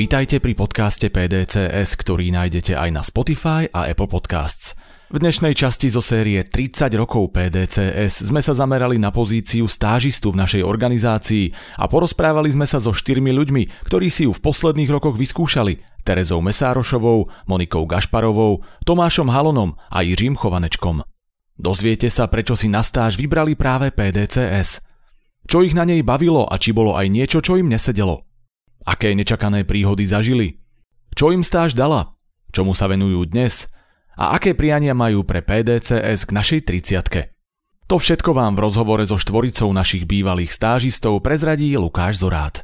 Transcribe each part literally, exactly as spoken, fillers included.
Vítajte pri podcaste pé dé cé es, ktorý nájdete aj na Spotify a Apple Podcasts. V dnešnej časti zo série tridsať rokov pé dé cé es sme sa zamerali na pozíciu stážistu v našej organizácii a porozprávali sme sa so štyrmi ľuďmi, ktorí si ju v posledných rokoch vyskúšali. Terezou Mesárošovou, Monikou Gašparovou, Tomášom Halonom a Jiřím Chovanečkom. Dozviete sa, prečo si na stáž vybrali práve pé dé cé es. Čo ich na nej bavilo a či bolo aj niečo, čo im nesedelo. Aké nečakané príhody zažili? Čo im stáž dala? Čomu sa venujú dnes? A aké priania majú pre pé dé cé es k našej tridsiatke? To všetko vám v rozhovore so štvoricou našich bývalých stážistov prezradí Lukáš Zorát.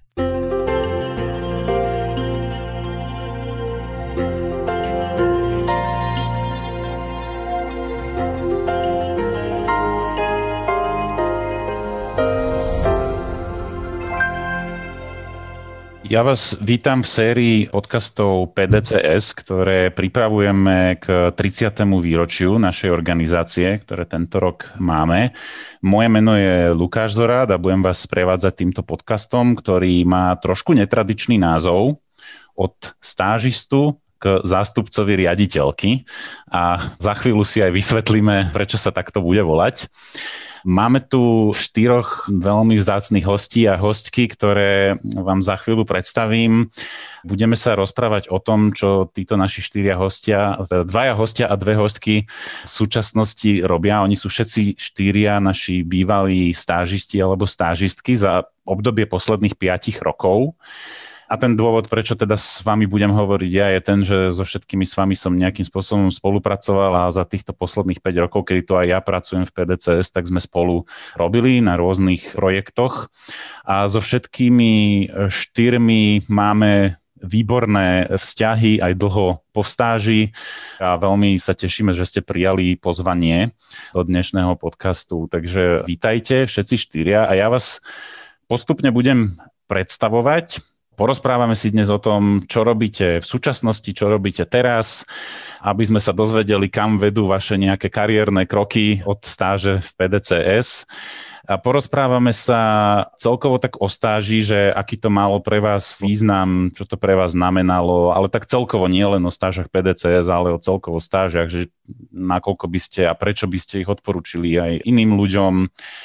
Ja vás vítam v sérii podcastov pé dé cé es, ktoré pripravujeme k tridsiatemu výročiu našej organizácie, ktoré tento rok máme. Moje meno je Lukáš Zorát a budem vás sprevádzať týmto podcastom, ktorý má trošku netradičný názov Od stážistu k zástupcovi riaditeľky. A za chvíľu si aj vysvetlíme, prečo sa takto bude volať. Máme tu štyroch veľmi vzácnych hostí a hostky, ktoré vám za chvíľu predstavím. Budeme sa rozprávať o tom, čo títo naši štyria hostia, teda dvaja hostia a dve hostky v súčasnosti robia. Oni sú všetci štyria naši bývalí stážisti alebo stážistky za obdobie posledných piatich rokov. A ten dôvod, prečo teda s vami budem hovoriť ja, je ten, že so všetkými s vami som nejakým spôsobom spolupracoval a za týchto posledných päť rokov, kedy tu aj ja pracujem v pé dé cé es, tak sme spolu robili na rôznych projektoch. A so všetkými štyrmi máme výborné vzťahy aj dlho po stáži a veľmi sa tešíme, že ste prijali pozvanie do dnešného podcastu. Takže vítajte všetci štyria a ja vás postupne budem predstavovať. Porozprávame si dnes o tom, čo robíte v súčasnosti, čo robíte teraz, aby sme sa dozvedeli, kam vedú vaše nejaké kariérne kroky od stáže v pé dé cé es. A porozprávame sa celkovo tak o stáži, že aký to malo pre vás význam, čo to pre vás znamenalo, ale tak celkovo nie len o stážach pé dé cé es, ale o celkovo stážiach, že nakoľko by ste a prečo by ste ich odporúčili aj iným ľuďom.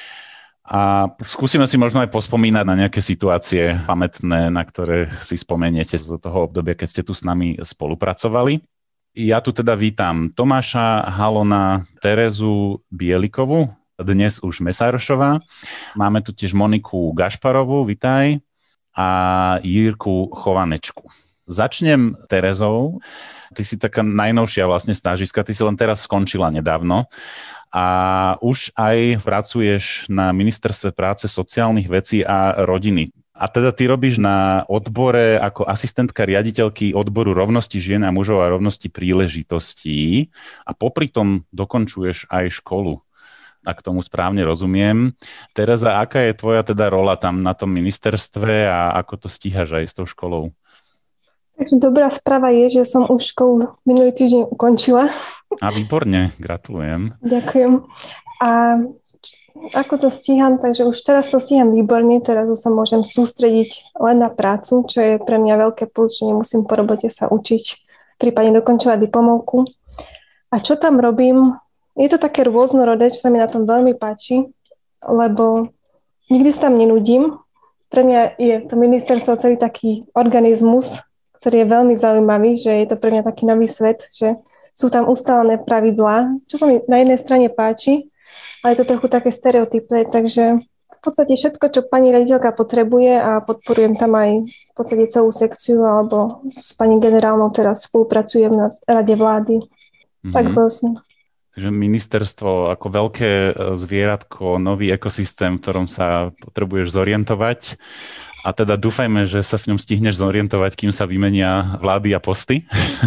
A skúsime si možno aj pospomínať na nejaké situácie pamätné, na ktoré si spomeniete z toho obdobia, keď ste tu s nami spolupracovali. Ja tu teda vítam Tomáša Halona, Terezu Bielikovu, dnes už Mesárošová. Máme tu tiež Moniku Gašparovú, vitaj, a Jirku Chovanečku. Začnem Terezou. Ty si taká najnovšia vlastne stážiska, ty si len teraz skončila nedávno. A už aj pracuješ na Ministerstve práce, sociálnych vecí a rodiny. A teda ty robíš na odbore ako asistentka riaditeľky odboru rovnosti žien a mužov a rovnosti príležitostí a popri tom dokončuješ aj školu, ak tomu správne rozumiem. Tereza, aká je tvoja teda rola tam na tom ministerstve a ako to stíhaš aj s tou školou? Takže dobrá správa je, že som už školu minulý týždeň ukončila. A výborne, gratulujem. Ďakujem. A ako to stíham, takže už teraz to stíham výborne, teraz už sa môžem sústrediť len na prácu, čo je pre mňa veľké plus, že nemusím po robote sa učiť, prípadne dokončovať diplomovku. A čo tam robím? Je to také rôznorodé, čo sa mi na tom veľmi páči, lebo nikdy sa tam nenudím. Pre mňa je to ministerstvo celý taký organizmus, ktorý je veľmi zaujímavý, že je to pre mňa taký nový svet, že sú tam ustálené pravidlá, čo sa mi na jednej strane páči, ale je to trochu také stereotypné, takže v podstate všetko, čo pani riaditeľka potrebuje a podporujem tam aj v podstate celú sekciu, alebo s pani generálnou teraz spolupracujem na rade vlády. Mm-hmm. Tak vlastne. Takže ministerstvo ako veľké zvieratko, nový ekosystém, v ktorom sa potrebuješ zorientovať. A teda dúfajme, že sa v ňom stihneš zorientovať, kým sa vymenia vlády a posty.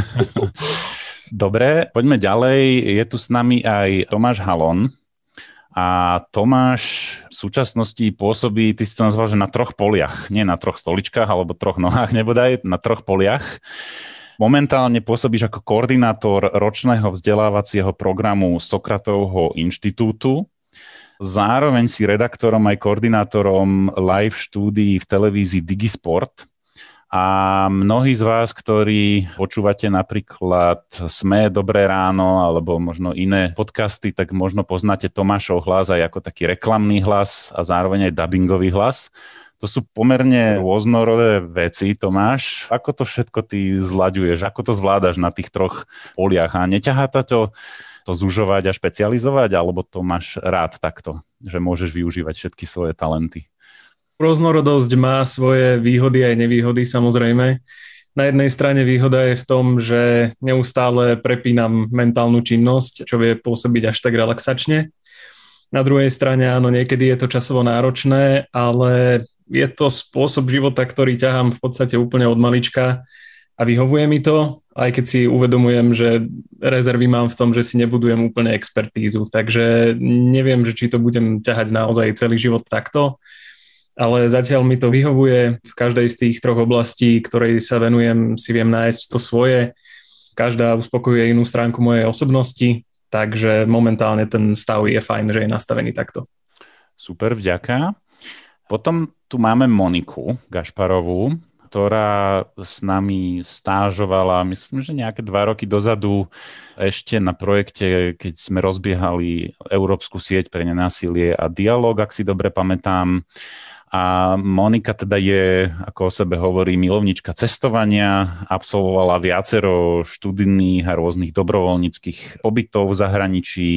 Dobre, poďme ďalej. Je tu s nami aj Tomáš Halon. A Tomáš v súčasnosti pôsobí, ty si to nazval, že na troch poliach. Nie na troch stoličkách alebo troch nohách, nebodaj, na troch poliach. Momentálne pôsobíš ako koordinátor ročného vzdelávacieho programu Sokratovho inštitútu. Zároveň si redaktorom aj koordinátorom live štúdií v televízii Digisport A mnohí z vás, ktorí počúvate napríklad Sme, Dobré ráno alebo možno iné podcasty, tak možno poznáte Tomášov hlas aj ako taký reklamný hlas a zároveň aj dubbingový hlas. To sú pomerne rôznorodé veci, Tomáš. Ako to všetko ty zlaďuješ? Ako to zvládaš na tých troch poliach? A neťahá to, to zužovať a špecializovať? Alebo to máš rád takto, že môžeš využívať všetky svoje talenty? Rôznorodosť má svoje výhody aj nevýhody, samozrejme. Na jednej strane výhoda je v tom, že neustále prepínam mentálnu činnosť, čo vie pôsobiť až tak relaxačne. Na druhej strane, áno, niekedy je to časovo náročné, ale je to spôsob života, ktorý ťahám v podstate úplne od malička a vyhovuje mi to, aj keď si uvedomujem, že rezervy mám v tom, že si nebudujem úplne expertízu. Takže neviem, že či to budem ťahať naozaj celý život takto, ale zatiaľ mi to vyhovuje. V každej z tých troch oblastí, ktorej sa venujem, si viem nájsť to svoje. Každá uspokojuje inú stránku mojej osobnosti, takže momentálne ten stav je fajn, že je nastavený takto. Super, vďaka. Potom tu máme Moniku Gašparovú, ktorá s nami stážovala, myslím, že nejaké dva roky dozadu ešte na projekte, keď sme rozbiehali Európsku sieť pre nenásilie a dialóg, ak si dobre pamätám. A Monika teda je, ako o sebe hovorí, milovnička cestovania, absolvovala viacero študijných a rôznych dobrovoľníckych pobytov v zahraničí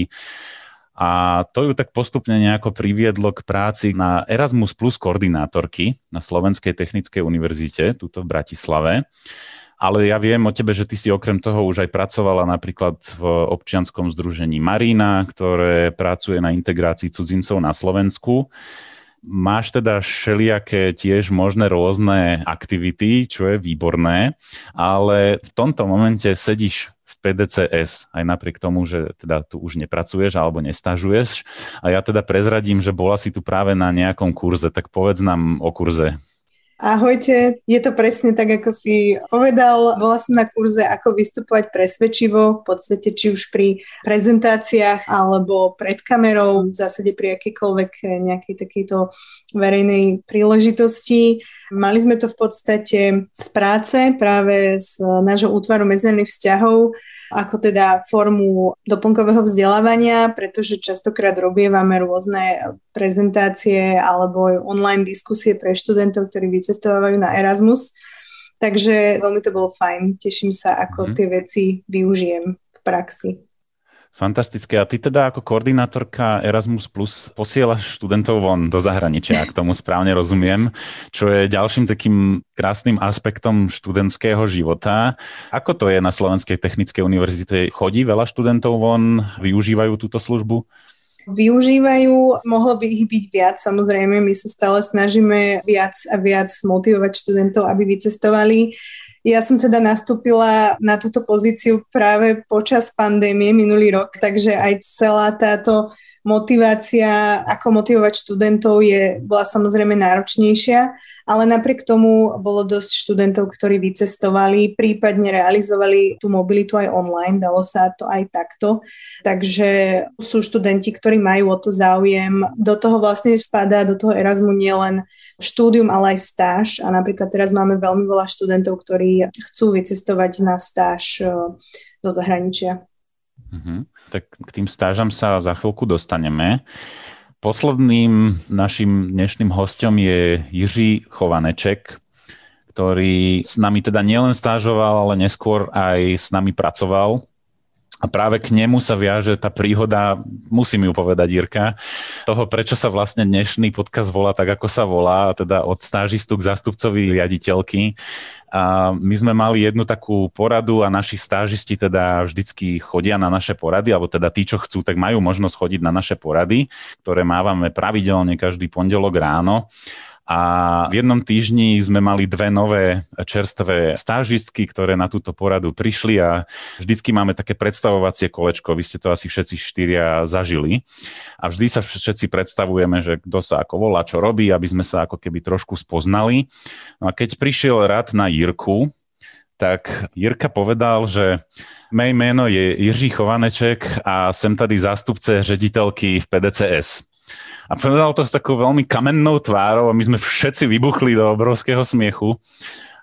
a to ju tak postupne nejako priviedlo k práci na Erasmus plus koordinátorky na Slovenskej technickej univerzite, tuto v Bratislave. Ale ja viem o tebe, že ty si okrem toho už aj pracovala napríklad v občianskom združení Marína, ktoré pracuje na integrácii cudzincov na Slovensku. Máš teda všelijaké tiež možné rôzne aktivity, čo je výborné, ale v tomto momente sedíš v pé dé cé es, aj napriek tomu, že teda tu už nepracuješ alebo nestážuješ. A ja teda prezradím, že bola si tu práve na nejakom kurze, tak povedz nám o kurze. Ahojte, je to presne tak, ako si povedal. Bola som na kurze Ako vystupovať presvedčivo, v podstate či už pri prezentáciách alebo pred kamerou, v zásade pri akýkoľvek nejakej takejto verejnej príležitosti. Mali sme to v podstate z práce, práve z nášho útvaru medzinárodných vzťahov, ako teda formu doplnkového vzdelávania, pretože častokrát robievame rôzne prezentácie alebo online diskusie pre študentov, ktorí vycestovávajú na Erasmus. Takže veľmi to bolo fajn. Teším sa, ako mm. tie veci využijem v praxi. Fantastické. A ty teda ako koordinátorka Erasmus Plus posielaš študentov von do zahraničia, ak tomu správne rozumiem, čo je ďalším takým krásnym aspektom študentského života. Ako to je na Slovenskej technickej univerzite? Chodí veľa študentov von? Využívajú túto službu? Využívajú, mohlo by ich byť viac, samozrejme. My sa stále snažíme viac a viac motivovať študentov, aby vycestovali. Ja som teda nastúpila na túto pozíciu práve počas pandémie minulý rok, takže aj celá táto motivácia, ako motivovať študentov je, bola samozrejme náročnejšia, ale napriek tomu bolo dosť študentov, ktorí vycestovali, prípadne realizovali tú mobilitu aj online, dalo sa to aj takto. Takže sú študenti, ktorí majú o to záujem. Do toho vlastne spadá, do toho Erasmu nielen štúdium, ale aj stáž. A napríklad teraz máme veľmi veľa študentov, ktorí chcú vycestovať na stáž do zahraničia. Uh-huh. Tak k tým stážam sa za chvíľku dostaneme. Posledným našim dnešným hosťom je Jiří Chovaneček, ktorý s nami teda nielen stážoval, ale neskôr aj s nami pracoval. A práve k nemu sa viaže tá príhoda, musím ju povedať, Jirka, toho, prečo sa vlastne dnešný podcast volá tak, ako sa volá, teda od stážistu k zástupcovi riaditeľky. A my sme mali jednu takú poradu a naši stážisti teda vždycky chodia na naše porady, alebo teda tí, čo chcú, tak majú možnosť chodiť na naše porady, ktoré mávame pravidelne každý pondelok ráno. A v jednom týždni sme mali dve nové čerstvé stážistky, ktoré na túto poradu prišli a vždycky máme také predstavovacie kolečko. Vy ste to asi všetci štyria zažili. A vždy sa všetci predstavujeme, že kto sa ako volá, čo robí, aby sme sa ako keby trošku spoznali. No a keď prišiel rad na Jirku, tak Jirka povedal, že moje meno je Jiří Chovaneček a som tady zástupce ředitelky v pé dé cé es. A povedal to s takou veľmi kamennou tvárou a my sme všetci vybuchli do obrovského smiechu.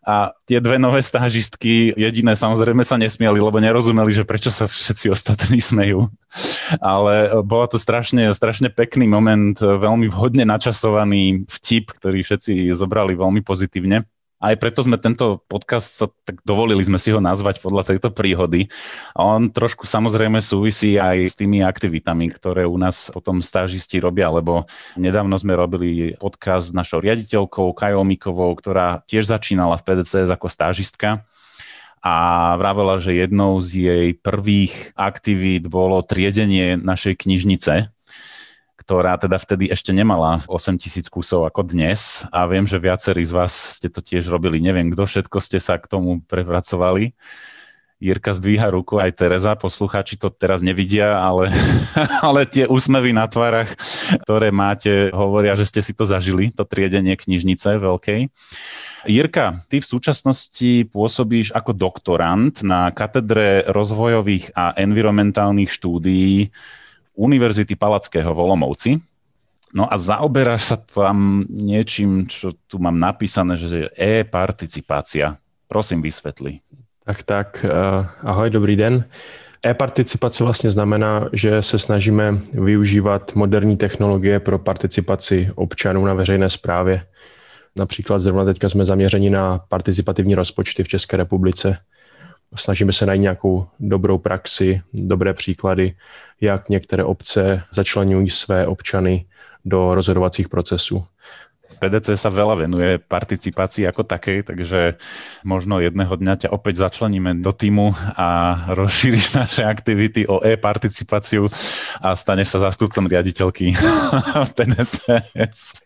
A tie dve nové stážistky jediné samozrejme sa nesmiali, lebo nerozumeli, že prečo sa všetci ostatní smejú. Ale bola to strašne, strašne pekný moment, veľmi vhodne načasovaný vtip, ktorý všetci zobrali veľmi pozitívne. Aj preto sme tento podcast, tak dovolili sme si ho nazvať podľa tejto príhody. A on trošku samozrejme súvisí aj s tými aktivitami, ktoré u nás potom stážisti robia, lebo nedávno sme robili podcast s našou riaditeľkou Kajou Mikovou, ktorá tiež začínala v pé dé cé es ako stážistka. A vravela, že jednou z jej prvých aktivít bolo triedenie našej knižnice, ktorá teda vtedy ešte nemala osemtisíc kusov ako dnes a viem, že viacerí z vás ste to tiež robili. Neviem, kto všetko ste sa k tomu prepracovali. Jirka zdvíha ruku, aj Tereza, poslucháči to teraz nevidia, ale, ale tie úsmevy na tvárach, ktoré máte, hovoria, že ste si to zažili, to triedenie knižnice veľkej. Jirka, ty v súčasnosti pôsobíš ako doktorand na katedre rozvojových a environmentálnych štúdií Univerzity Palackého v Olomouci. No a zaoberáš sa tam niečím, čo tu mám napísané, že je e-participácia. Prosím, vysvetli. Tak, tak. Ahoj, dobrý den. E-participace vlastně znamená, že se snažíme využívat moderní technologie pro participaci občanů na veřejné správě. Například zrovna teďka jsme zaměřeni na participativní rozpočty v České republice. Snažíme se najít nějakou dobrou praxi, dobré příklady, jak některé obce začleňují své občany do rozhodovacích procesů. pé dé cé sa veľa venuje participácii ako takej, takže možno jedného dňa ťa opäť začleníme do týmu a rozšíriš naše aktivity o e-participáciu a staneš sa zástupcom riaditeľky pé dé cé es.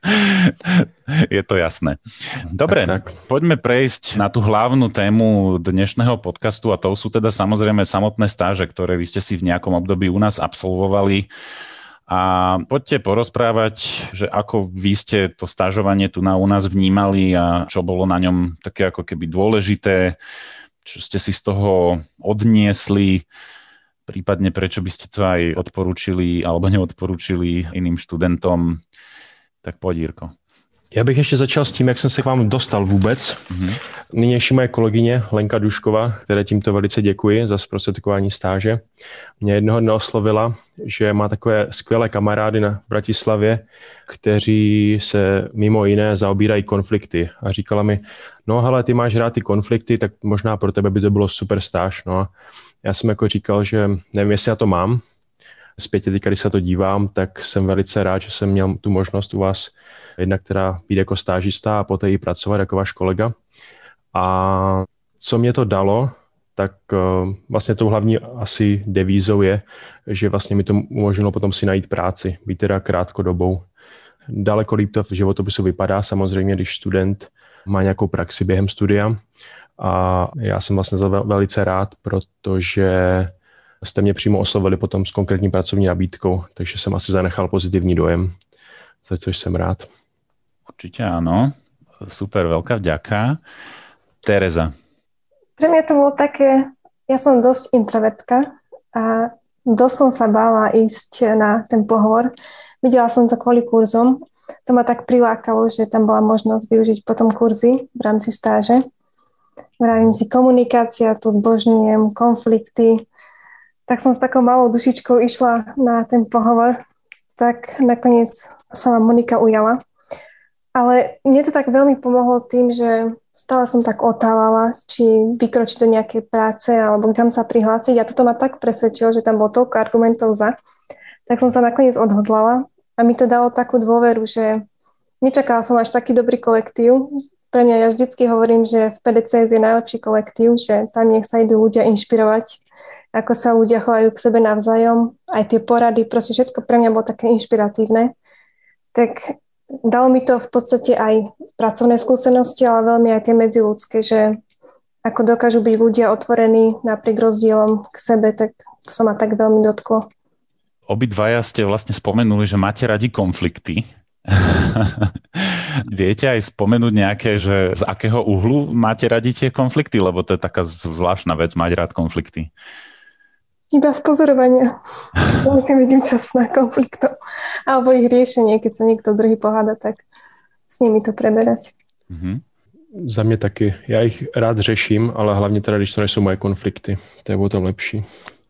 Je to jasné. Dobre, tak, tak. Poďme prejsť na tú hlavnú tému dnešného podcastu a to sú teda samozrejme samotné stáže, ktoré vy ste si v nejakom období u nás absolvovali. A poďte porozprávať, že ako vy ste to stážovanie tu na u nás vnímali a čo bolo na ňom také ako keby dôležité, čo ste si z toho odniesli, prípadne prečo by ste to aj odporúčili alebo neodporúčili iným študentom. Tak poď, Jirko. Já bych ještě začal s tím, jak jsem se k vám dostal vůbec. Mm-hmm. Nynější moje kolegyně Lenka Dušková, které tímto velice děkuji za zprostředkování stáže, mě jednoho dne oslovila, že má takové skvělé kamarády na Bratislavě, kteří se mimo jiné zaobírají konflikty. A říkala mi, no hele, ty máš rád ty konflikty, tak možná pro tebe by to bylo super stáž. No a já jsem jako říkal, že nevím, jestli já to mám. Zpětně teďka, když se to dívám, tak jsem velice rád, že jsem měl tu možnost u vás jednak teda být jako stážista a poté i pracovat jako váš kolega. A co mě to dalo, tak vlastně tou hlavní asi devízou je, že vlastně mi to umožnilo potom si najít práci, být teda krátkodobou. Daleko líp to v životopisu vypadá, samozřejmě, když student má nějakou praxi během studia. A já jsem vlastně za velice rád, protože jste mě přímo oslovili potom s konkrétní pracovní nabídkou, takže jsem asi zanechal pozitivní dojem, za což jsem rád. Určite áno. Super, veľká vďaka. Tereza. Pre mňa to bolo také, ja som dosť introvertka a dosť som sa bála ísť na ten pohovor. Videla som to kvôli kurzom. To ma tak prilákalo, že tam bola možnosť využiť potom kurzy v rámci stáže. Vravím si, komunikácia, to zbožňujem, konflikty. Tak som s takou malou dušičkou išla na ten pohovor. Tak nakoniec sa ma Monika ujala. Ale mne to tak veľmi pomohlo tým, že stále som tak otálala, či vykročiť do nejakej práce alebo tam sa prihlásiť. A toto ma tak presvedčilo, že tam bolo toľko argumentov za. Tak som sa nakoniec odhodlala a mi to dalo takú dôveru, že nečakala som až taký dobrý kolektív. Pre mňa ja vždycky hovorím, že v pé dé cé es je najlepší kolektív, že tam nech sa idú ľudia inšpirovať, ako sa ľudia chovajú k sebe navzájom. Aj tie porady, proste všetko pre mňa bolo také inšpiratívne. Tak dalo mi to v podstate aj pracovné skúsenosti, ale veľmi aj tie medziľudské, že ako dokážu byť ľudia otvorení napriek rozdielom k sebe, tak to sa ma tak veľmi dotklo. Obidvaja ste vlastne spomenuli, že máte radi konflikty. Viete aj spomenúť nejaké, že z akého uhlu máte radi tie konflikty? Lebo to je taká zvláštna vec, mať rád konflikty. Iba z pozorovania. Musím byť účastná konfliktov. Alebo ich riešenie, keď sa niekto druhý poháda, tak s nimi to preberať. Mm-hmm. Za mě taky. Já ich rád řeším, ale hlavně teda, když to nejsou moje konflikty. To je o to lepší.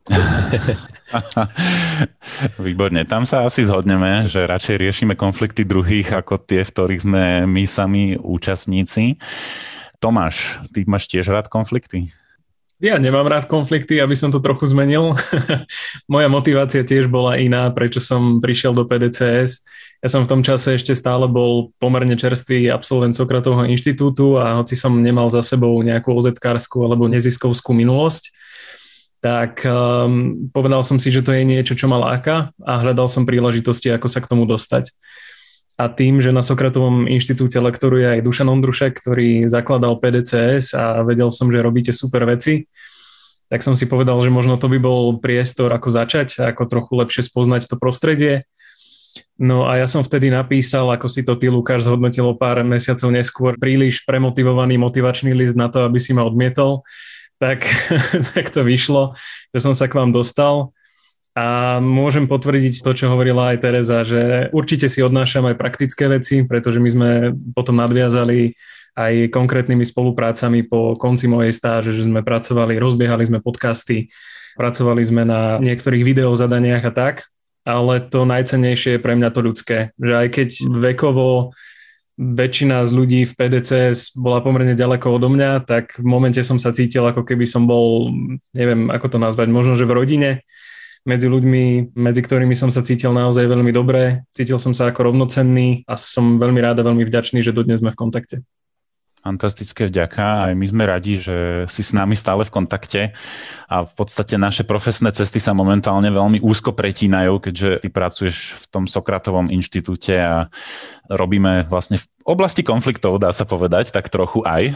Výborne, tam sa asi zhodneme, že radšej riešime konflikty druhých ako tie, v ktorých sme my sami účastníci. Tomáš, ty máš tiež rád konflikty? Ja nemám rád konflikty, aby som to trochu zmenil. Moja motivácia tiež bola iná, prečo som prišiel do P D C S. Ja som v tom čase ešte stále bol pomerne čerstvý absolvent Sokratovho inštitútu a hoci som nemal za sebou nejakú ó zetkárskú alebo neziskovskú minulosť, tak um, povedal som si, že to je niečo, čo ma láka a hľadal som príležitosti, ako sa k tomu dostať. A tým, že na Sokratovom inštitúte lektoruje aj Dušan Ondrušek, ktorý zakladal P D C S a vedel som, že robíte super veci, tak som si povedal, že možno to by bol priestor, ako začať, ako trochu lepšie spoznať to prostredie. No a ja som vtedy napísal, ako si to ty, Lukáš, zhodnotil o pár mesiacov neskôr, príliš premotivovaný motivačný list na to, aby si ma odmietol. Tak, tak to vyšlo, že som sa k vám dostal a môžem potvrdiť to, čo hovorila aj Tereza, že určite si odnášam aj praktické veci, pretože my sme potom nadviazali aj konkrétnymi spoluprácami po konci mojej stáže, že sme pracovali, rozbiehali sme podcasty, pracovali sme na niektorých videozadaniach a tak, ale to najcennejšie je pre mňa to ľudské, že aj keď vekovo väčšina z ľudí v P D C S bola pomerne ďaleko odo mňa, tak v momente som sa cítil, ako keby som bol, neviem, ako to nazvať, možno, že v rodine, medzi ľuďmi, medzi ktorými som sa cítil naozaj veľmi dobre, cítil som sa ako rovnocenný a som veľmi rád a veľmi vďačný, že dodnes sme v kontakte. Fantastické, vďaka. Aj my sme radi, že si s nami stále v kontakte a v podstate naše profesné cesty sa momentálne veľmi úzko pretínajú, keďže ty pracuješ v tom Sokratovom inštitúte a robíme vlastne v oblasti konfliktov, dá sa povedať, tak trochu aj.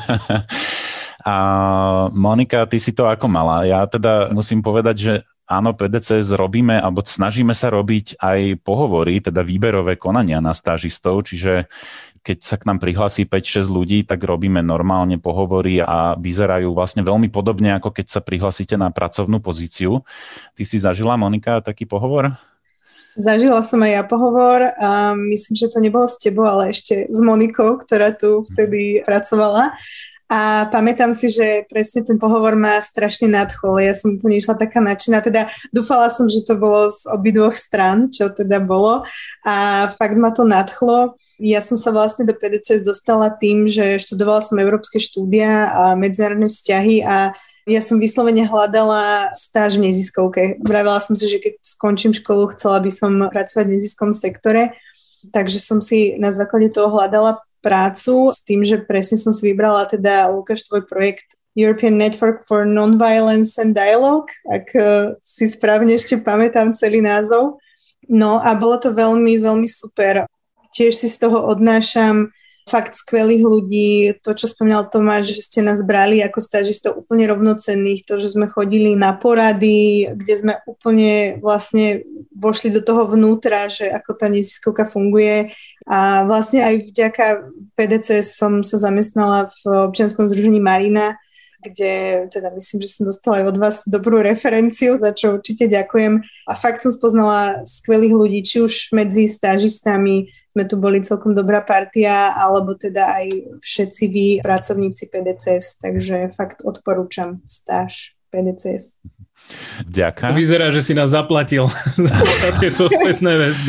A Monika, ty si to ako mala? Ja teda musím povedať, že áno, P D C S robíme, alebo snažíme sa robiť aj pohovory, teda výberové konania na stážistov, čiže keď sa k nám prihlasí päť šesť ľudí, tak robíme normálne pohovory a vyzerajú vlastne veľmi podobne, ako keď sa prihlasíte na pracovnú pozíciu. Ty si zažila, Monika, taký pohovor? Zažila som aj ja pohovor a myslím, že to nebolo s tebou, ale ešte s Monikou, ktorá tu vtedy pracovala. A pamätám si, že presne ten pohovor ma strašne nadchol. Ja som úplne išla taká nadšená, teda dúfala som, že to bolo z obidvoch strán, čo teda bolo. A fakt ma to nadchlo. Ja som sa vlastne do P D C S dostala tým, že študovala som európske štúdia a medzinárodné vzťahy a ja som vyslovene hľadala stáž v neziskovke. Vravela som si, že keď skončím školu, chcela by som pracovať v neziskom sektore, takže som si na základe toho hľadala prácu s tým, že presne som si vybrala teda, Lukáš, tvoj projekt European Network for Non-Violence and Dialogue, ak si správne ešte pamätám celý názov. No a bolo to veľmi, veľmi super. Tiež si z toho odnášam fakt skvelých ľudí, to, čo spomínal Tomáš, že ste nás brali ako stážistov úplne rovnocenných, to, že sme chodili na porady, kde sme úplne vlastne vošli do toho vnútra, že ako tá neziskovka funguje a vlastne aj vďaka P D C S som sa zamestnala v občianskom združení Marina, kde teda myslím, že som dostala aj od vás dobrú referenciu, za čo určite ďakujem. A fakt som spoznala skvelých ľudí, či už medzi stážistami sme tu boli celkom dobrá partia, alebo teda aj všetci vy, pracovníci P D C S, takže fakt odporúčam stáž P D C S. Ďakujem. Vyzerá, že si nás zaplatil za tieto spätné väzby.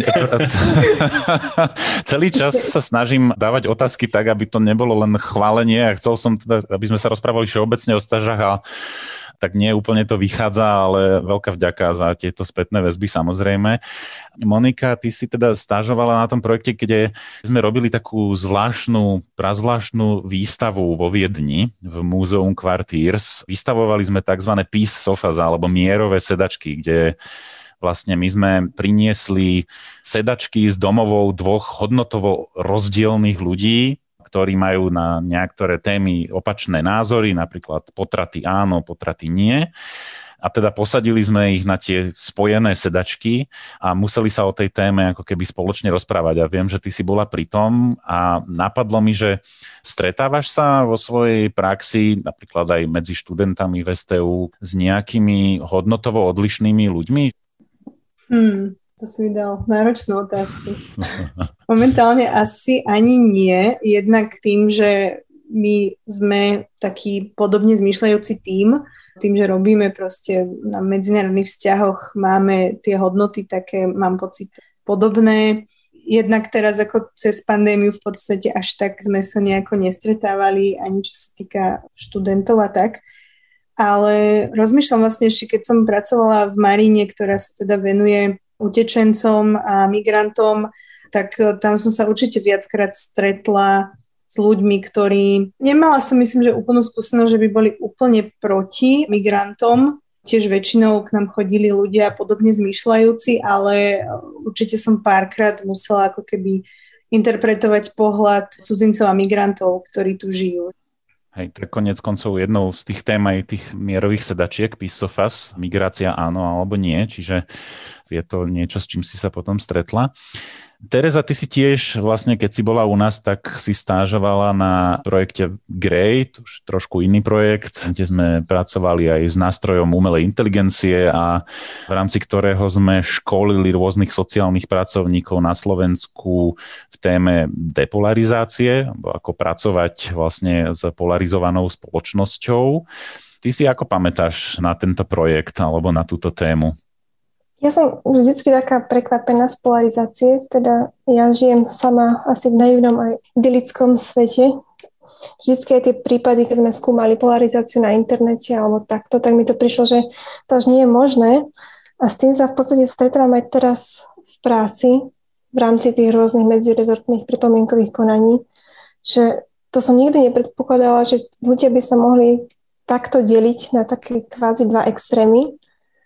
Celý čas sa snažím dávať otázky tak, aby to nebolo len chválenie a chcel som teda, aby sme sa rozprávali všeobecne o stážach a tak nie úplne to vychádza, ale veľká vďaka za tieto spätné väzby samozrejme. Monika, ty si teda stážovala na tom projekte, kde sme robili takú zvláštnu, prazvláštnu výstavu vo Viedni v Múzeum Quartiers. Vystavovali sme tzv. Peace sofas alebo mierové sedačky, kde vlastne my sme priniesli sedačky z domovou dvoch hodnotovo rozdielných ľudí, ktorí majú na niektoré témy opačné názory, napríklad potraty áno, potraty nie. A teda posadili sme ich na tie spojené sedačky a museli sa o tej téme ako keby spoločne rozprávať. A viem, že ty si bola pri tom a napadlo mi, že stretávaš sa vo svojej praxi, napríklad aj medzi študentami v es té ú, s nejakými hodnotovo odlišnými ľuďmi? Hmm. To si mi dal náročnú otázku. Momentálne asi ani nie, jednak tým, že my sme taký podobne zmýšľajúci tím, tým, že robíme proste na medzinárodných vzťahoch, máme tie hodnoty také, mám pocit, podobné. Jednak teraz ako cez pandémiu v podstate až tak sme sa nejako nestretávali, ani čo sa týka študentov a tak. Ale rozmýšľam vlastne ešte, keď som pracovala v Maríne, ktorá sa teda venuje utečencom a migrantom, tak tam som sa určite viackrát stretla s ľuďmi, ktorí... Nemala som, myslím, že úplnú skúsenosť, že by boli úplne proti migrantom. Tiež väčšinou k nám chodili ľudia podobne zmýšľajúci, ale určite som párkrát musela ako keby interpretovať pohľad cudzincov a migrantov, ktorí tu žijú. Hej, to je koniec koncov jednou z tých tém aj tých mierových sedačiek, Peace of Us, migrácia áno alebo nie, čiže je to niečo, s čím si sa potom stretla. Tereza, ty si tiež vlastne, keď si bola u nás, tak si stážovala na projekte Grey, už trošku iný projekt, kde sme pracovali aj s nástrojom umelej inteligencie a v rámci ktorého sme školili rôznych sociálnych pracovníkov na Slovensku v téme depolarizácie, alebo ako pracovať vlastne s polarizovanou spoločnosťou. Ty si ako pamätáš na tento projekt alebo na túto tému? Ja som vždycky taká prekvapená z polarizácie, teda ja žijem sama asi v naivnom aj idylickom svete. Vždycky aj tie prípady, keď sme skúmali polarizáciu na internete alebo takto, tak mi to prišlo, že to až nie je možné. A s tým sa v podstate stretávam aj teraz v práci, v rámci tých rôznych medzirezortných pripomienkových konaní, že to som nikdy nepredpokladala, že ľudia by sa mohli takto deliť na také kvázi dva extrémy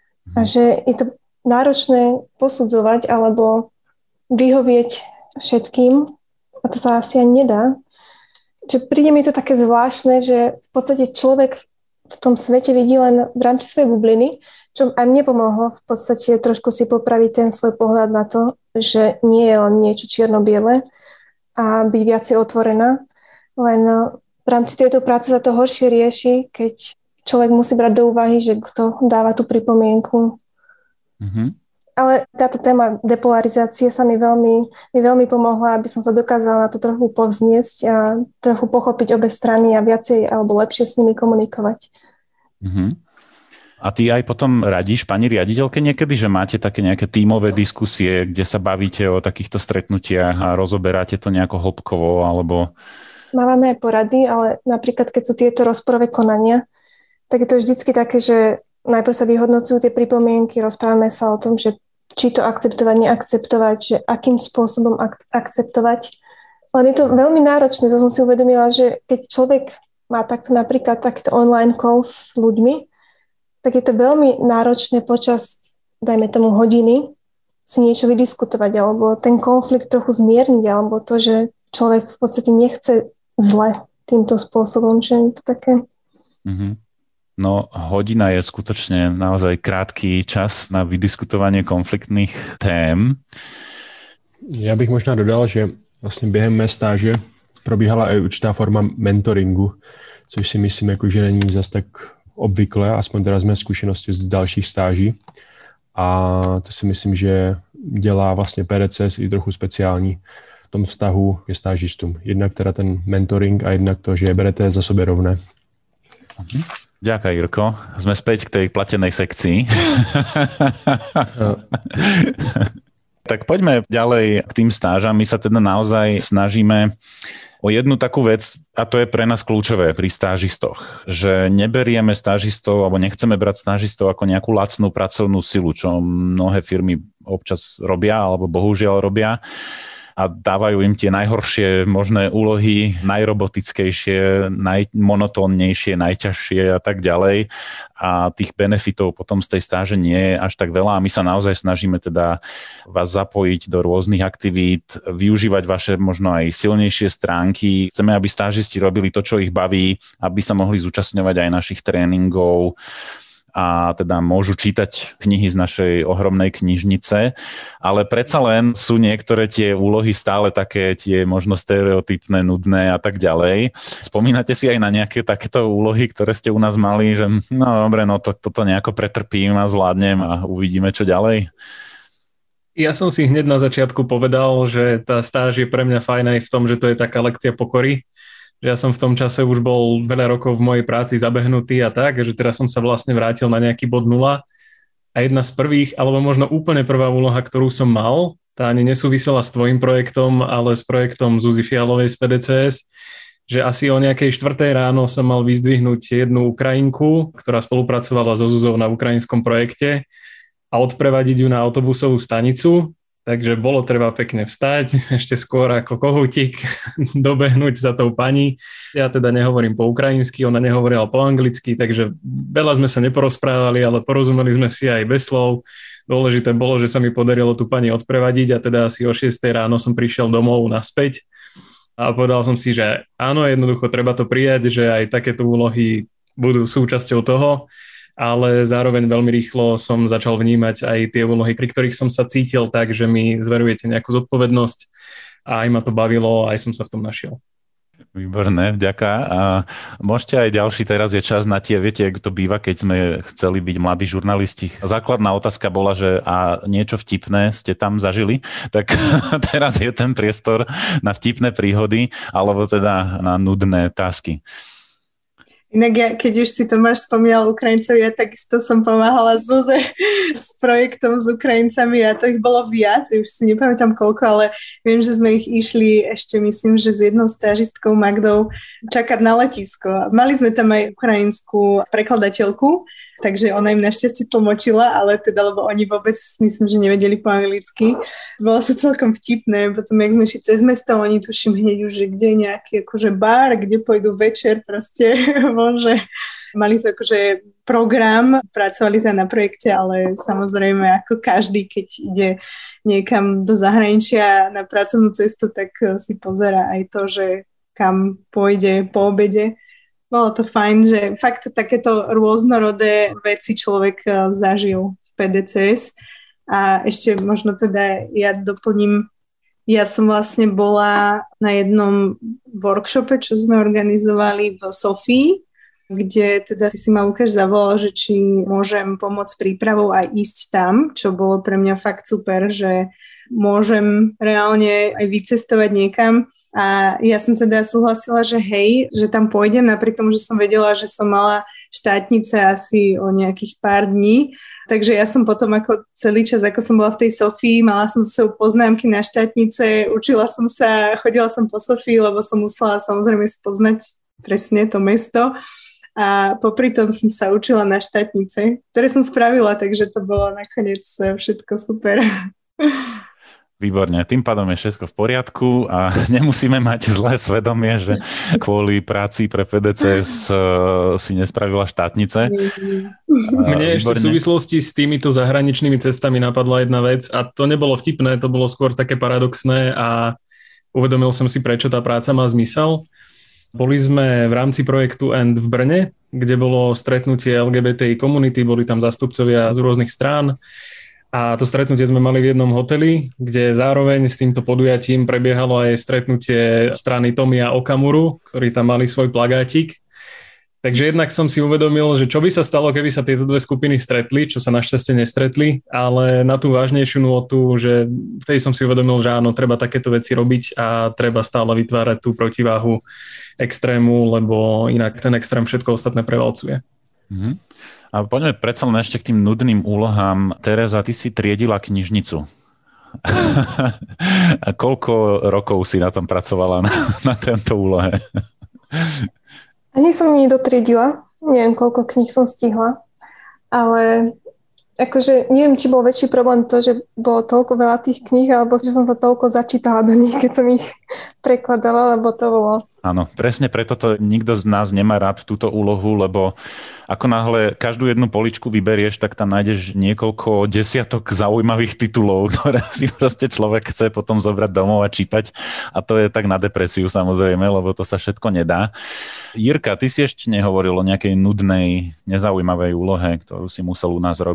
a že je to náročné posudzovať alebo vyhovieť všetkým a to sa asi ani nedá. Že príde mi to také zvláštne, že v podstate človek v tom svete vidí len v rámci svojej bubliny, čo aj mne pomohlo v podstate trošku si popraviť ten svoj pohľad na to, že nie je len niečo čierno-biele a byť viacej otvorená. Len v rámci tejto práce sa to horšie rieši, keď človek musí brať do úvahy, že kto dáva tú pripomienku. Mm-hmm. Ale táto téma depolarizácie sa mi veľmi, mi veľmi pomohla, aby som sa dokázala na to trochu povzniesť a trochu pochopiť obe strany a viacej alebo lepšie s nimi komunikovať. Mm-hmm. A ty aj potom radíš pani riaditeľke niekedy, že máte také nejaké tímové diskusie, kde sa bavíte o takýchto stretnutiach a rozoberáte to nejako hĺbkovo, alebo... Máme aj porady, ale napríklad keď sú tieto rozporové konania, tak je to vždycky také, že najprv sa vyhodnocujú tie pripomienky, rozprávame sa o tom, že či to akceptovať, neakceptovať, že akým spôsobom ak- akceptovať. Len je to veľmi náročné, to som si uvedomila, že keď človek má takto napríklad takýto online call s ľuďmi, tak je to veľmi náročné počas, dajme tomu hodiny, si niečo vydiskutovať, alebo ten konflikt trochu zmierniť, alebo to, že človek v podstate nechce zle týmto spôsobom, že je to také... Mm-hmm. No, hodina je skutočne naozaj krátky čas na vydiskutovanie konfliktných tém. Já bych možná dodal, že vlastně během mé stáže probíhala i určitá forma mentoringu, což si myslím, jako, že není zas tak obvyklé, aspoň teda z mé zkušenosti z dalších stáží. A to si myslím, že dělá vlastně P D C S i trochu speciální v tom vztahu ke stážistům. Jednak teda ten mentoring a jednak to, že je berete za sobě rovné. Mhm. Ďakujem, Jirko. Sme späť k tej platenej sekcii. Tak poďme ďalej k tým stážam. My sa teda naozaj snažíme o jednu takú vec, a to je pre nás kľúčové pri stážistoch, že neberieme stážistov alebo nechceme brať stážistov ako nejakú lacnú pracovnú silu, čo mnohé firmy občas robia alebo bohužiaľ robia. A dávajú im tie najhoršie možné úlohy, najrobotickejšie, najmonotónnejšie, najťažšie a tak ďalej. A tých benefitov potom z tej stáže nie je až tak veľa. A my sa naozaj snažíme teda vás zapojiť do rôznych aktivít, využívať vaše možno aj silnejšie stránky. Chceme, aby stážisti robili to, čo ich baví, aby sa mohli zúčastňovať aj našich tréningov, a teda môžu čítať knihy z našej ohromnej knižnice, ale predsa len sú niektoré tie úlohy stále také tie možno stereotypné, nudné a tak ďalej. Spomínate si aj na nejaké takéto úlohy, ktoré ste u nás mali, že no dobre, no to, toto nejako pretrpím a zvládnem a uvidíme, čo ďalej? Ja som si hneď na začiatku povedal, že tá stáž je pre mňa fajn aj v tom, že to je taká lekcia pokory. Že ja som v tom čase už bol veľa rokov v mojej práci zabehnutý a tak, že teraz som sa vlastne vrátil na nejaký bod nula. A jedna z prvých, alebo možno úplne prvá úloha, ktorú som mal, tá ani nesúvisela s tvojím projektom, ale s projektom Zuzi Fialovej z pé dé cé es, že asi o nejakej štvrtej ráno som mal vyzdvihnúť jednu Ukrajinku, ktorá spolupracovala so Zuzou na ukrajinskom projekte a odprevadiť ju na autobusovú stanicu. Takže bolo treba pekne vstať, ešte skôr ako kohútik, dobehnúť za tou pani. Ja teda nehovorím po ukrajinsky, ona nehovorila po anglicky, takže veľa sme sa neporozprávali, ale porozumeli sme si aj bez slov. Dôležité bolo, že sa mi podarilo tú pani odprevadiť a teda asi o šiestej ráno som prišiel domov naspäť a povedal som si, že áno, jednoducho treba to prijať, že aj takéto úlohy budú súčasťou toho. Ale zároveň veľmi rýchlo som začal vnímať aj tie úlohy, pri ktorých som sa cítil tak, že mi zverujete nejakú zodpovednosť a aj ma to bavilo, aj som sa v tom našiel. Výborné, vďaka. A môžete aj ďalší, teraz je čas na tie, viete, ako to býva, keď sme chceli byť mladí žurnalisti. Základná otázka bola, že a niečo vtipné ste tam zažili, tak teraz je ten priestor na vtipné príhody, alebo teda na nudné tásky. Inak ja, keď už si Tomáš spomínal Ukrajincov, ja takisto som pomáhala Zuze s projektom s Ukrajincami a to ich bolo viac, už si nepamätám koľko, ale viem, že sme ich išli ešte, myslím, že s jednou stážistkou Magdou čakať na letisko. Mali sme tam aj ukrajinskú prekladateľku, takže ona im našťastie tlmočila, ale teda, lebo oni vôbec, myslím, že nevedeli po anglicky. Bolo to celkom vtipné, potom jak sme šli cez mesto, oni tuším hneď už, že kde je nejaký akože bar, kde pôjdu večer, proste, že mali to akože program, pracovali sa na projekte, ale samozrejme ako každý, keď ide niekam do zahraničia na pracovnú cestu, tak si pozerá aj to, že kam pôjde po obede. Bolo to fajn, že fakt takéto rôznorodé veci človek zažil v pé dé cé es. A ešte možno teda ja doplním, ja som vlastne bola na jednom workshope, čo sme organizovali v Sofii, kde teda si ma Lukáš zavolal, že či môžem pomôcť prípravou a ísť tam, čo bolo pre mňa fakt super, že môžem reálne aj vycestovať niekam. A ja som teda súhlasila, že hej, že tam pôjdem, napriek tomu, že som vedela, že som mala štátnice asi o nejakých pár dní. Takže ja som potom ako celý čas, ako som bola v tej Sofii, mala som so sebou poznámky na štátnice, učila som sa, chodila som po Sofii, lebo som musela samozrejme spoznať presne to mesto. A popri tom som sa učila na štátnice, ktoré som spravila, takže to bolo nakoniec všetko super. Výborne, tým pádom je všetko v poriadku a nemusíme mať zlé svedomie, že kvôli práci pre pé dé cé es si nespravila štátnice. Mne ešte v súvislosti s týmito zahraničnými cestami napadla jedna vec a to nebolo vtipné, to bolo skôr také paradoxné a uvedomil som si, prečo tá práca má zmysel. Boli sme v rámci projektu End v Brne, kde bolo stretnutie el gé bé té í komunity, boli tam zástupcovia z rôznych strán. A to stretnutie sme mali v jednom hoteli, kde zároveň s týmto podujatím prebiehalo aj stretnutie strany Tomia Okamuru, ktorí tam mali svoj plagátik. Takže jednak som si uvedomil, že čo by sa stalo, keby sa tieto dve skupiny stretli, čo sa našťastie nestretli, ale na tú vážnejšiu nôtu, že vtedy som si uvedomil, že áno, treba takéto veci robiť a treba stále vytvárať tú protiváhu extrému, lebo inak ten extrém všetko ostatné prevalcuje. Mhm. A poďme predsa len ešte k tým nudným úlohám. Tereza, ty si triedila knižnicu. A koľko rokov si na tom pracovala, na, na tento úlohe? Ani som ju nedotriedila. Neviem, koľko kníh som stihla. Ale akože neviem, či bol väčší problém to, že bolo toľko veľa tých kníh, alebo že som sa toľko začítala do nich, keď som ich prekladala, lebo to bolo... Áno, presne preto to nikto z nás nemá rád túto úlohu, lebo ako náhle každú jednu poličku vyberieš, tak tam nájdeš niekoľko desiatok zaujímavých titulov, ktoré si proste človek chce potom zobrať domov a čítať. A to je tak na depresiu samozrejme, lebo to sa všetko nedá. Jirka, ty si ešte nehovoril o nejakej nudnej, nezaujímavej úlohe, ktorú si musel u nás robiť.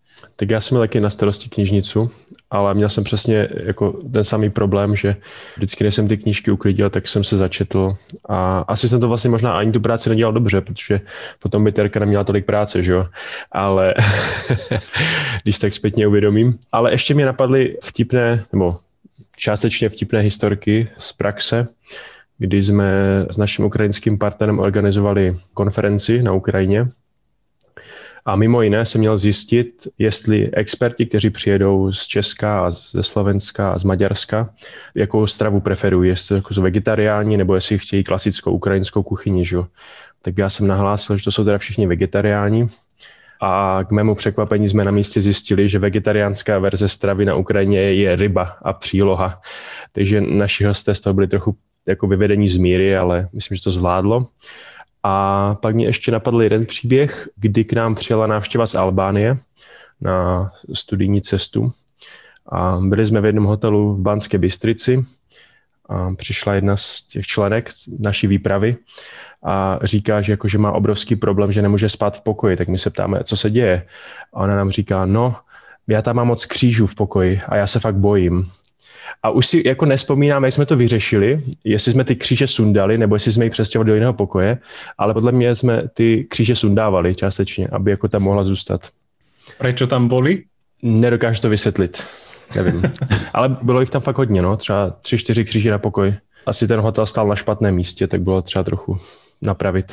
Tak já jsem měl taky na starosti knižnicu, ale měl jsem přesně jako ten samý problém, že vždycky, než jsem ty knížky uklidil, tak jsem se začetl a asi jsem to vlastně možná ani tu práci nedělal dobře, protože potom by Terka neměla tolik práce, že jo, ale když tak zpětně uvědomím. Ale ještě mě napadly vtipné, nebo částečně vtipné historky z praxe, kdy jsme s naším ukrajinským partnerem organizovali konferenci na Ukrajině. A mimo jiné jsem měl zjistit, jestli experti, kteří přijedou z Česka a ze Slovenska a z Maďarska, jakou stravu preferují, jestli jako jsou vegetariáni nebo jestli chtějí klasickou ukrajinskou kuchyni. Že? Tak já jsem nahlásil, že to jsou teda všichni vegetariáni. A k mému překvapení jsme na místě zjistili, že vegetariánská verze stravy na Ukrajině je ryba a příloha. Takže naši hosté z toho byli trochu jako vyvedení z míry, ale myslím, že to zvládlo. A pak mě ještě napadl jeden příběh, kdy k nám přijela návštěva z Albánie na studijní cestu. A byli jsme v jednom hotelu v Banské Bystrici a přišla jedna z těch členek naší výpravy a říká, že, jako, že má obrovský problém, že nemůže spát v pokoji. Tak my se ptáme, co se děje. A ona nám říká, no, já tam mám moc křížů v pokoji a já se fakt bojím. A už si jako nespomínám, jak jsme to vyřešili, jestli jsme ty kříže sundali, nebo jestli jsme ji přestěhovali do jiného pokoje, ale podle mě jsme ty kříže sundávali částečně, aby jako tam mohla zůstat. Prečo tam boli? Nedokážu to vysvětlit, nevím. Ale bylo jich tam fakt hodně, no, třeba tři, čtyři kříže na pokoj. Asi ten hotel stál na špatném místě, tak bylo třeba trochu napravit.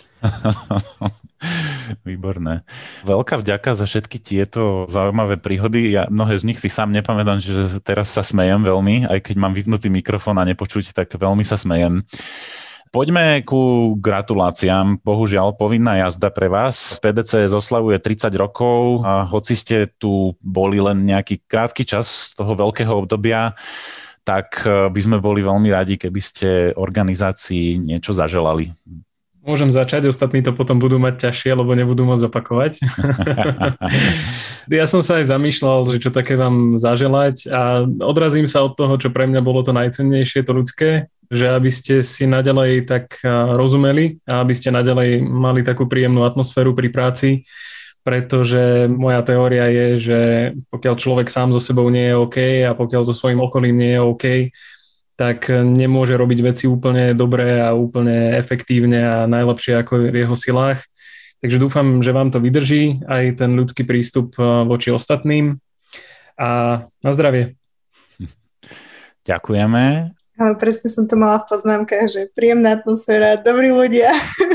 Výborné. Veľká vďaka za všetky tieto zaujímavé príhody. Ja mnohé z nich si sám nepamätám, že teraz sa smejem veľmi, aj keď mám vypnutý mikrofón a nepočuť, tak veľmi sa smejem. Poďme ku gratuláciám. Bohužiaľ, povinná jazda pre vás. pé dé cé es oslavuje tridsať rokov a hoci ste tu boli len nejaký krátky čas z toho veľkého obdobia, tak by sme boli veľmi radi, keby ste organizácii niečo zaželali. Môžem začať, ostatní to potom budú mať ťažšie, lebo nebudú môcť opakovať. Ja som sa aj zamýšľal, že čo také vám zaželať a odrazím sa od toho, čo pre mňa bolo to najcennejšie, to ľudské, že aby ste si naďalej tak rozumeli a aby ste naďalej mali takú príjemnú atmosféru pri práci, pretože moja teória je, že pokiaľ človek sám so sebou nie je OK a pokiaľ so svojím okolím nie je OK, tak nemôže robiť veci úplne dobre a úplne efektívne a najlepšie ako v jeho silách. Takže dúfam, že vám to vydrží, aj ten ľudský prístup voči ostatným. A na zdravie. Ďakujeme. Ale presne som to mala v poznámkach, že príjemná atmosféra, dobrí ľudia.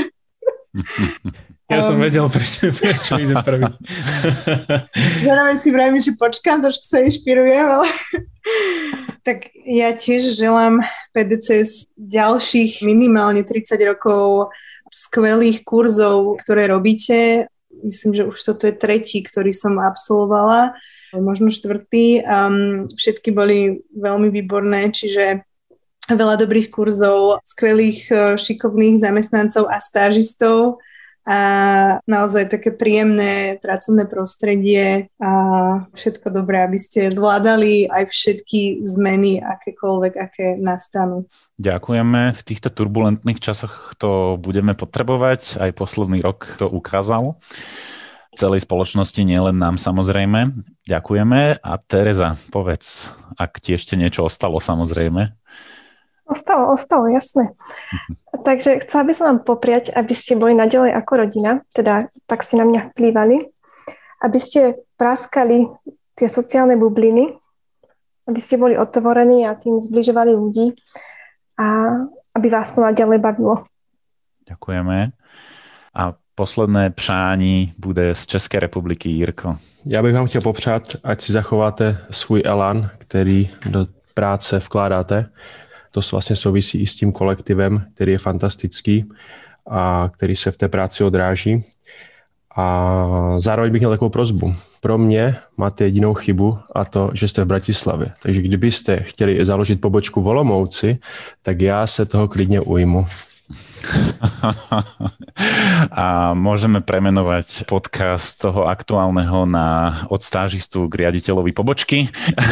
Ja som vedel, prečo, prečo idem prvý. Zároveň si vravím, že počkám, trošku sa inšpirujem, ale... Tak ja tiež želám pé dé cé es ďalších minimálne tridsať rokov skvelých kurzov, ktoré robíte. Myslím, že už toto je tretí, ktorý som absolvovala, možno štvrtý. Um, všetky boli veľmi výborné, čiže veľa dobrých kurzov, skvelých, šikovných zamestnancov a stážistov a naozaj také príjemné pracovné prostredie a všetko dobré, aby ste zvládali aj všetky zmeny, akékoľvek, aké nastanú. Ďakujeme. V týchto turbulentných časoch to budeme potrebovať. Aj posledný rok to ukázal. Celej spoločnosti, nielen nám samozrejme. Ďakujeme. A Tereza, povedz, ak ti ešte niečo ostalo samozrejme. Ostalo, ostalo, jasné. Takže chcela by som vám popriať, aby ste boli naďalej ako rodina, teda tak si na mňa vplývali, aby ste praskali tie sociálne bubliny, aby ste boli otvorení a tým zbližovali ľudí a aby vás to naďalej bavilo. Ďakujeme. A posledné přání bude z České republiky. Jirko. Já bych vám chtěl popřát, ať si zachováte svůj elan, který do práce vkládáte. To vlastně souvisí i s tím kolektivem, který je fantastický a který se v té práci odráží. A zároveň bych měl takovou prosbu. Pro mě máte jedinou chybu a to, že jste v Bratislavě. Takže kdybyste chtěli založit pobočku v Olomouci, tak já se toho klidně ujmu. A môžeme premenovať podcast toho aktuálneho na od stážistu k riaditeľovi pobočky.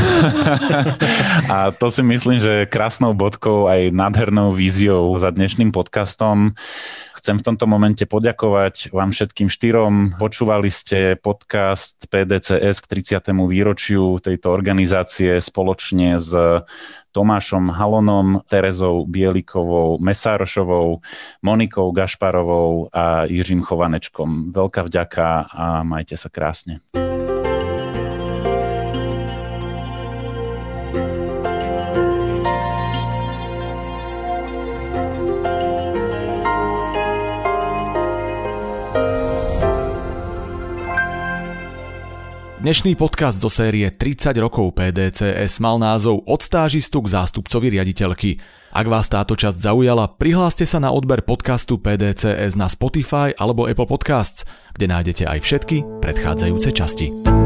A to si myslím, že je krásnou bodkou aj nádhernou víziou za dnešným podcastom. Chcem v tomto momente poďakovať vám všetkým štyrom. Počúvali ste podcast pé dé cé es k tridsiatemu výročiu tejto organizácie spoločne s Tomášom Halonom, Terezou Bielikovou, Mesárošovou, Monikou Gašparovou a Jiřím Chovanečkom. Veľká vďaka a majte sa krásne. Dnešný podcast zo série tridsať rokov pé dé cé es mal názov Od stážistu k zástupcovi riaditeľky. Ak vás táto časť zaujala, prihláste sa na odber podcastu pé dé cé es na Spotify alebo Apple Podcasts, kde nájdete aj všetky predchádzajúce časti.